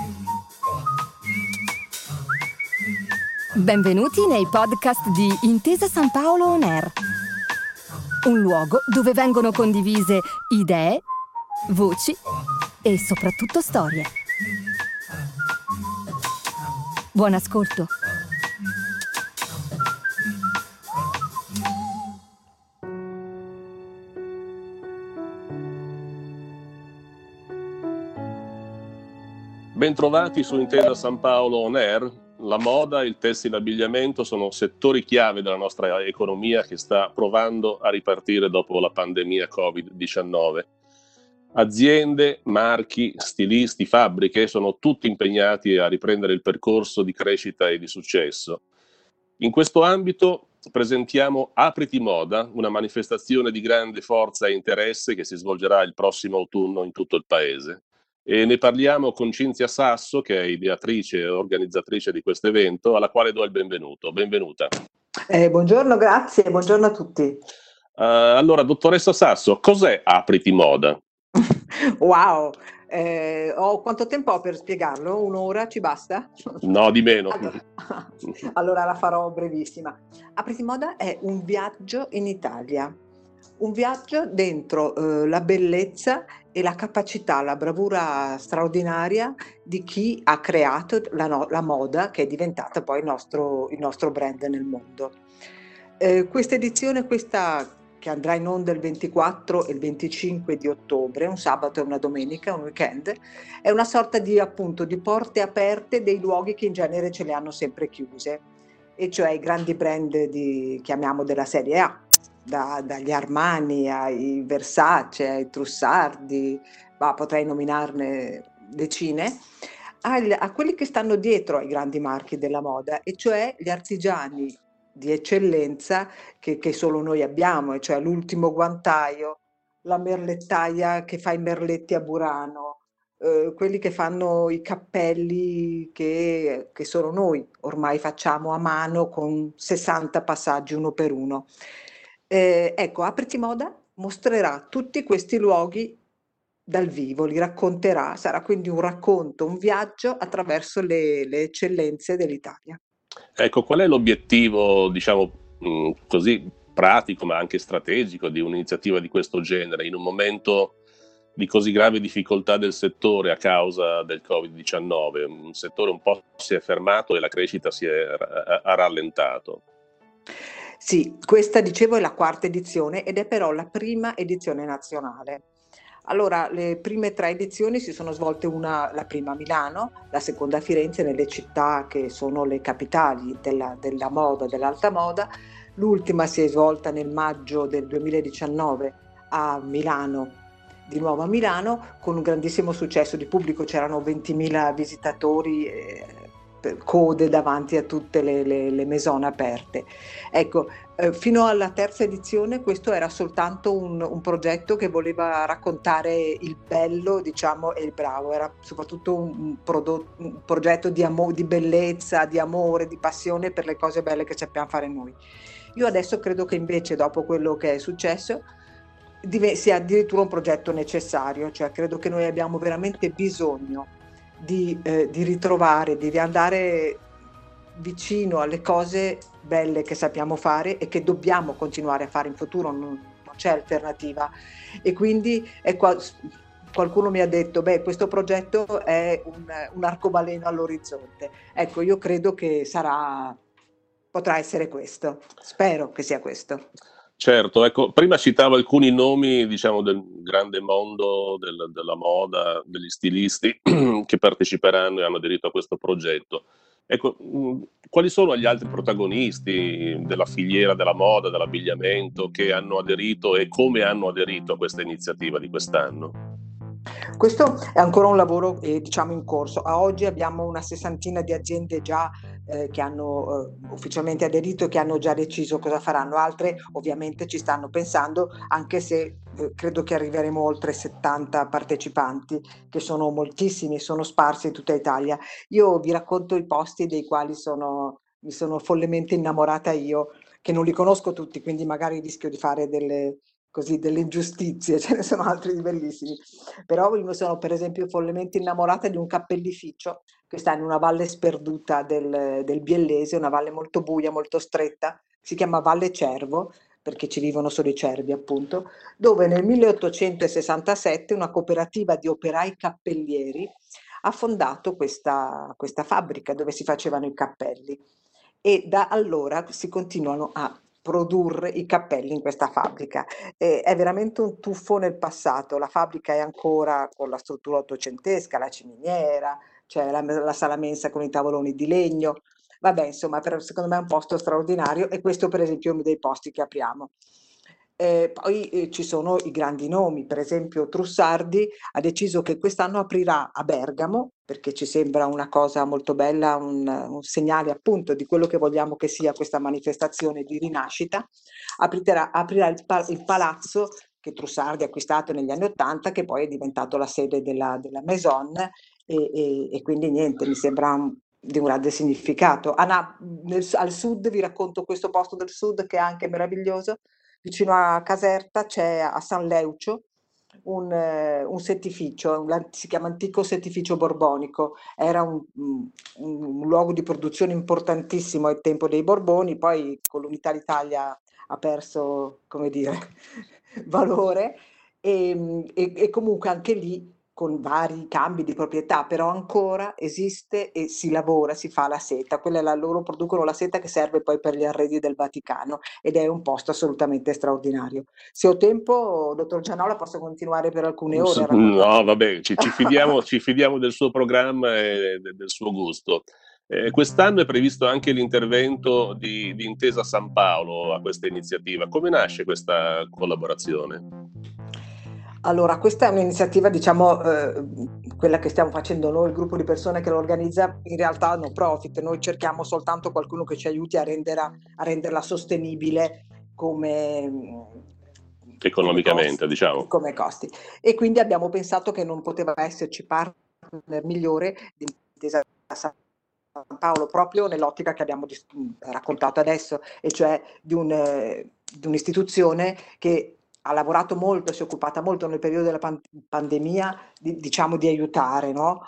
Benvenuti nei podcast di Intesa San Paolo On Air, un luogo dove vengono condivise idee, voci e soprattutto storie. Buon ascolto. Bentrovati su Intesa San Paolo On Air. La moda, il tessile e l'abbigliamento sono settori chiave della nostra economia che sta provando a ripartire dopo la pandemia Covid-19. Aziende, marchi, stilisti, fabbriche sono tutti impegnati a riprendere il percorso di crescita e di successo. In questo ambito presentiamo Apriti Moda, una manifestazione di grande forza e interesse che si svolgerà il prossimo autunno in tutto il paese. E ne parliamo con Cinzia Sasso, che è ideatrice e organizzatrice di questo evento, alla quale do il benvenuto. Benvenuta. Buongiorno, grazie, buongiorno a tutti. Allora, dottoressa Sasso, cos'è Apriti Moda? Wow, quanto tempo ho per spiegarlo? Un'ora ci basta? No, di meno. Allora la farò brevissima. Apriti Moda è un viaggio in Italia. Un viaggio dentro la bellezza e la capacità, la bravura straordinaria di chi ha creato la moda, che è diventata poi il nostro brand nel mondo. Questa edizione, che andrà in onda il 24 e il 25 di ottobre, un sabato e una domenica, un weekend, è una sorta di porte aperte dei luoghi che in genere ce le hanno sempre chiuse, e cioè i grandi brand chiamiamo della serie A. Dagli Armani ai Versace, ai Trussardi, ma potrei nominarne decine, a quelli che stanno dietro ai grandi marchi della moda, e cioè gli artigiani di eccellenza che solo noi abbiamo, e cioè l'ultimo guantaio, la merlettaia che fa i merletti a Burano, quelli che fanno i cappelli che solo noi ormai facciamo a mano con 60 passaggi uno per uno. Ecco, Apriti Moda mostrerà tutti questi luoghi dal vivo, li racconterà, sarà quindi un racconto, un viaggio attraverso le eccellenze dell'Italia. Ecco, qual è l'obiettivo, diciamo, così pratico ma anche strategico di un'iniziativa di questo genere in un momento di così grave difficoltà del settore a causa del Covid-19? Un settore un po' si è fermato e la crescita ha rallentato. Sì, questa dicevo è la quarta edizione ed è però la prima edizione nazionale. Allora, le prime 3 edizioni si sono svolte, la prima a Milano, la seconda a Firenze, nelle città che sono le capitali della moda, dell'alta moda. L'ultima si è svolta nel maggio del 2019 a Milano, di nuovo a Milano, con un grandissimo successo di pubblico. C'erano 20.000 visitatori, code davanti a tutte le maison aperte. Ecco, fino alla terza edizione questo era soltanto un progetto che voleva raccontare il bello, diciamo, e il bravo. Era soprattutto un progetto di bellezza, di amore, di passione per le cose belle che sappiamo fare noi. Io adesso credo che invece, dopo quello che è successo, sia addirittura un progetto necessario, cioè credo che noi abbiamo veramente bisogno di ritrovare, di andare vicino alle cose belle che sappiamo fare e che dobbiamo continuare a fare in futuro, non c'è alternativa. E quindi qualcuno mi ha detto, questo progetto è un arcobaleno all'orizzonte. Ecco, io credo che potrà essere questo, spero che sia questo. Certo, ecco, prima citavo alcuni nomi, diciamo, del grande mondo della moda, degli stilisti che parteciperanno e hanno aderito a questo progetto. Ecco, quali sono gli altri protagonisti della filiera della moda, dell'abbigliamento che hanno aderito e come hanno aderito a questa iniziativa di quest'anno? Questo è ancora un lavoro diciamo in corso. A oggi abbiamo una 60ina di aziende già che hanno ufficialmente aderito e che hanno già deciso cosa faranno. Altre ovviamente ci stanno pensando, anche se credo che arriveremo oltre 70 partecipanti, che sono moltissimi, sono sparsi in tutta Italia. Io vi racconto i posti dei quali mi sono follemente innamorata io, che non li conosco tutti, quindi magari rischio di fare così delle ingiustizie, ce ne sono altri di bellissimi. Però io sono per esempio follemente innamorata di un cappellificio che sta in una valle sperduta del Biellese, una valle molto buia, molto stretta, si chiama Valle Cervo, perché ci vivono solo i cervi appunto, dove nel 1867 una cooperativa di operai cappellieri ha fondato questa fabbrica dove si facevano i cappelli e da allora si continuano a produrre i cappelli in questa fabbrica. È veramente un tuffo nel passato, la fabbrica è ancora con la struttura ottocentesca, la ciminiera, c'è la sala mensa con i tavoloni di legno. Vabbè, insomma, secondo me è un posto straordinario e questo per esempio è uno dei posti che apriamo. Poi ci sono i grandi nomi, per esempio Trussardi ha deciso che quest'anno aprirà a Bergamo, perché ci sembra una cosa molto bella, un segnale appunto di quello che vogliamo che sia questa manifestazione di rinascita. Aprirà il palazzo che Trussardi ha acquistato negli anni '80, che poi è diventato la sede della Maison e quindi niente, mi sembra di un grande significato. Anna, al sud vi racconto questo posto del sud che è anche meraviglioso. Vicino a Caserta c'è a San Leucio un settificio, si chiama Antico Settificio Borbonico, era un luogo di produzione importantissimo al tempo dei Borboni, poi con l'Unità d'Italia ha perso, come dire, valore e comunque anche lì con vari cambi di proprietà, però ancora esiste e si lavora, si fa la seta, loro producono la seta che serve poi per gli arredi del Vaticano ed è un posto assolutamente straordinario. Se ho tempo, dottor Gianola, posso continuare per alcune ore a raccontare. No, vabbè, ci fidiamo del suo programma e del suo gusto. Quest'anno è previsto anche l'intervento di Intesa San Paolo a questa iniziativa. Come nasce questa collaborazione? Allora, questa è un'iniziativa, diciamo, quella che stiamo facendo noi, il gruppo di persone che lo organizza, in realtà no profit, noi cerchiamo soltanto qualcuno che ci aiuti a renderla sostenibile come Economicamente, costi, diciamo. come costi. E quindi abbiamo pensato che non poteva esserci partner migliore di Intesa San Paolo, proprio nell'ottica che abbiamo raccontato adesso, e cioè di un'istituzione che ha lavorato molto, si è occupata molto nel periodo della pandemia, diciamo di aiutare, no?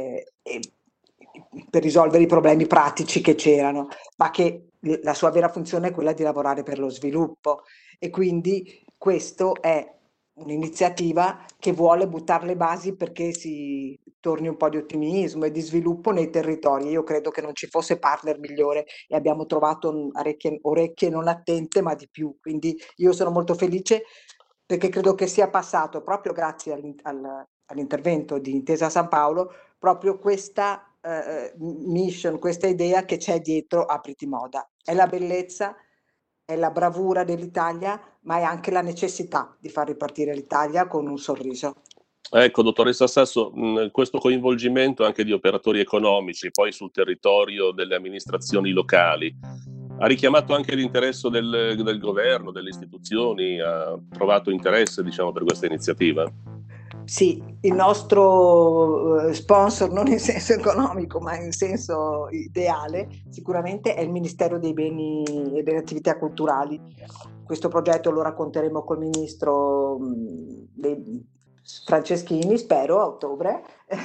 Per risolvere i problemi pratici che c'erano, ma che la sua vera funzione è quella di lavorare per lo sviluppo e quindi questo è un'iniziativa che vuole buttare le basi perché si torni un po' di ottimismo e di sviluppo nei territori. Io credo che non ci fosse partner migliore e abbiamo trovato orecchie non attente, ma di più. Quindi io sono molto felice perché credo che sia passato proprio grazie all'intervento di Intesa San Paolo proprio questa mission, questa idea che c'è dietro Apriti Moda. È la bellezza, è la bravura dell'Italia, ma è anche la necessità di far ripartire l'Italia con un sorriso. Ecco, dottoressa Sasso, questo coinvolgimento anche di operatori economici, poi sul territorio delle amministrazioni locali, ha richiamato anche l'interesse del governo, delle istituzioni, ha trovato interesse, diciamo, per questa iniziativa? Sì, il nostro sponsor, non in senso economico, ma in senso ideale, sicuramente è il Ministero dei Beni e delle Attività Culturali. Questo progetto lo racconteremo col ministro Franceschini, spero, a ottobre,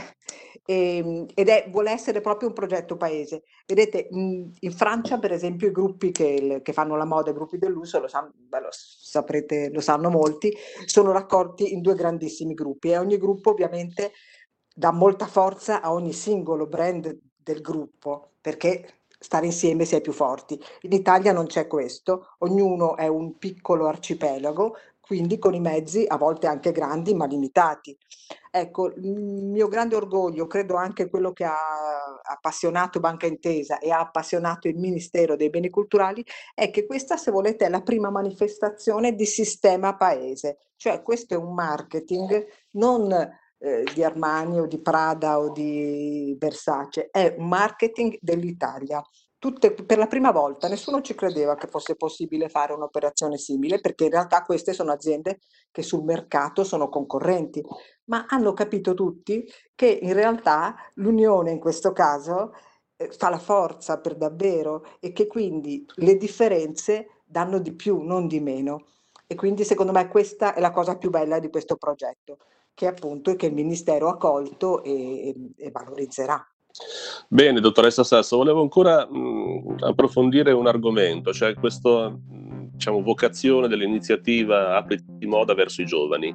vuole essere proprio un progetto paese. Vedete, in Francia, per esempio, i gruppi che fanno la moda, i gruppi del lusso, lo sanno molti, sono raccolti in due grandissimi gruppi e ogni gruppo ovviamente dà molta forza a ogni singolo brand del gruppo, perché stare insieme si è più forti. In Italia non c'è questo, ognuno è un piccolo arcipelago, quindi con i mezzi a volte anche grandi ma limitati. Ecco, il mio grande orgoglio, credo anche quello che ha appassionato Banca Intesa e ha appassionato il Ministero dei Beni Culturali, è che questa, se volete, è la prima manifestazione di sistema paese, cioè questo è un marketing non di Armani o di Prada o di Versace, è un marketing dell'Italia. Per la prima volta nessuno ci credeva che fosse possibile fare un'operazione simile, perché in realtà queste sono aziende che sul mercato sono concorrenti, ma hanno capito tutti che in realtà l'unione in questo caso fa la forza per davvero e che quindi le differenze danno di più, non di meno. E quindi secondo me questa è la cosa più bella di questo progetto, che appunto che il Ministero ha colto e valorizzerà. Bene, dottoressa Sasso, volevo ancora approfondire un argomento, cioè questa vocazione dell'iniziativa Apriti Moda verso i giovani.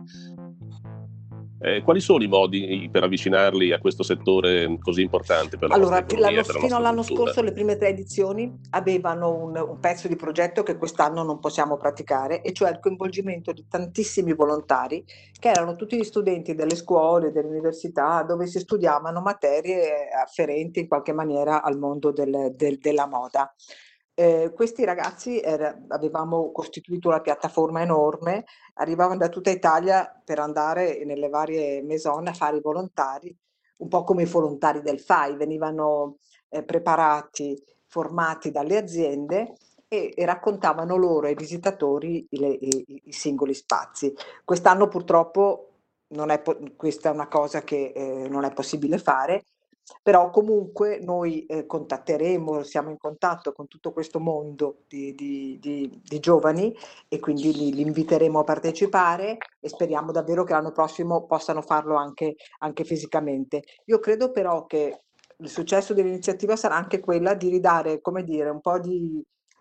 Quali sono i modi per avvicinarli a questo settore così importante per la nostra economia e per la fino nostra all'anno cultura? scorso le prime 3 edizioni avevano un pezzo di progetto che quest'anno non possiamo praticare, e cioè il coinvolgimento di tantissimi volontari che erano tutti gli studenti delle scuole, delle università, dove si studiavano materie afferenti in qualche maniera al mondo della moda. Questi ragazzi avevamo costituito una piattaforma enorme, arrivavano da tutta Italia per andare nelle varie maison a fare i volontari, un po' come i volontari del FAI, venivano preparati, formati dalle aziende e raccontavano loro ai visitatori i singoli spazi. Quest'anno purtroppo questa è una cosa che non è possibile fare, però comunque noi contatteremo, siamo in contatto con tutto questo mondo di giovani, e quindi li inviteremo a partecipare e speriamo davvero che l'anno prossimo possano farlo anche fisicamente. Io credo però che il successo dell'iniziativa sarà anche quella di ridare, come dire, un po' di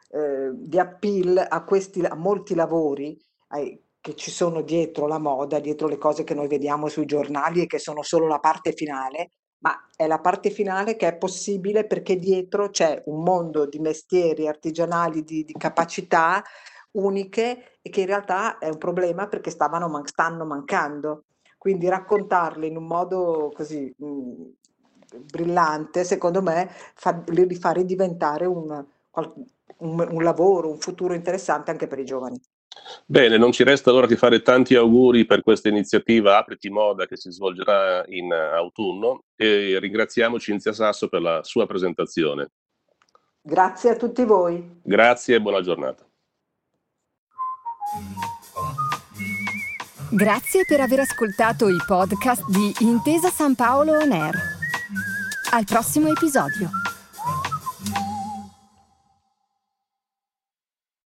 appeal a molti lavori che ci sono dietro la moda, dietro le cose che noi vediamo sui giornali e che sono solo la parte finale, ma è la parte finale che è possibile perché dietro c'è un mondo di mestieri artigianali, di capacità uniche, e che in realtà è un problema perché stanno mancando. Quindi raccontarle in un modo così brillante, secondo me, li fa ridiventare un lavoro, un futuro interessante anche per i giovani. Bene, non ci resta allora che fare tanti auguri per questa iniziativa Apriti Moda che si svolgerà in autunno, e ringraziamo Cinzia Sasso per la sua presentazione. Grazie a tutti voi. Grazie e buona giornata. Grazie per aver ascoltato i podcast di Intesa San Paolo On Air. Al prossimo episodio.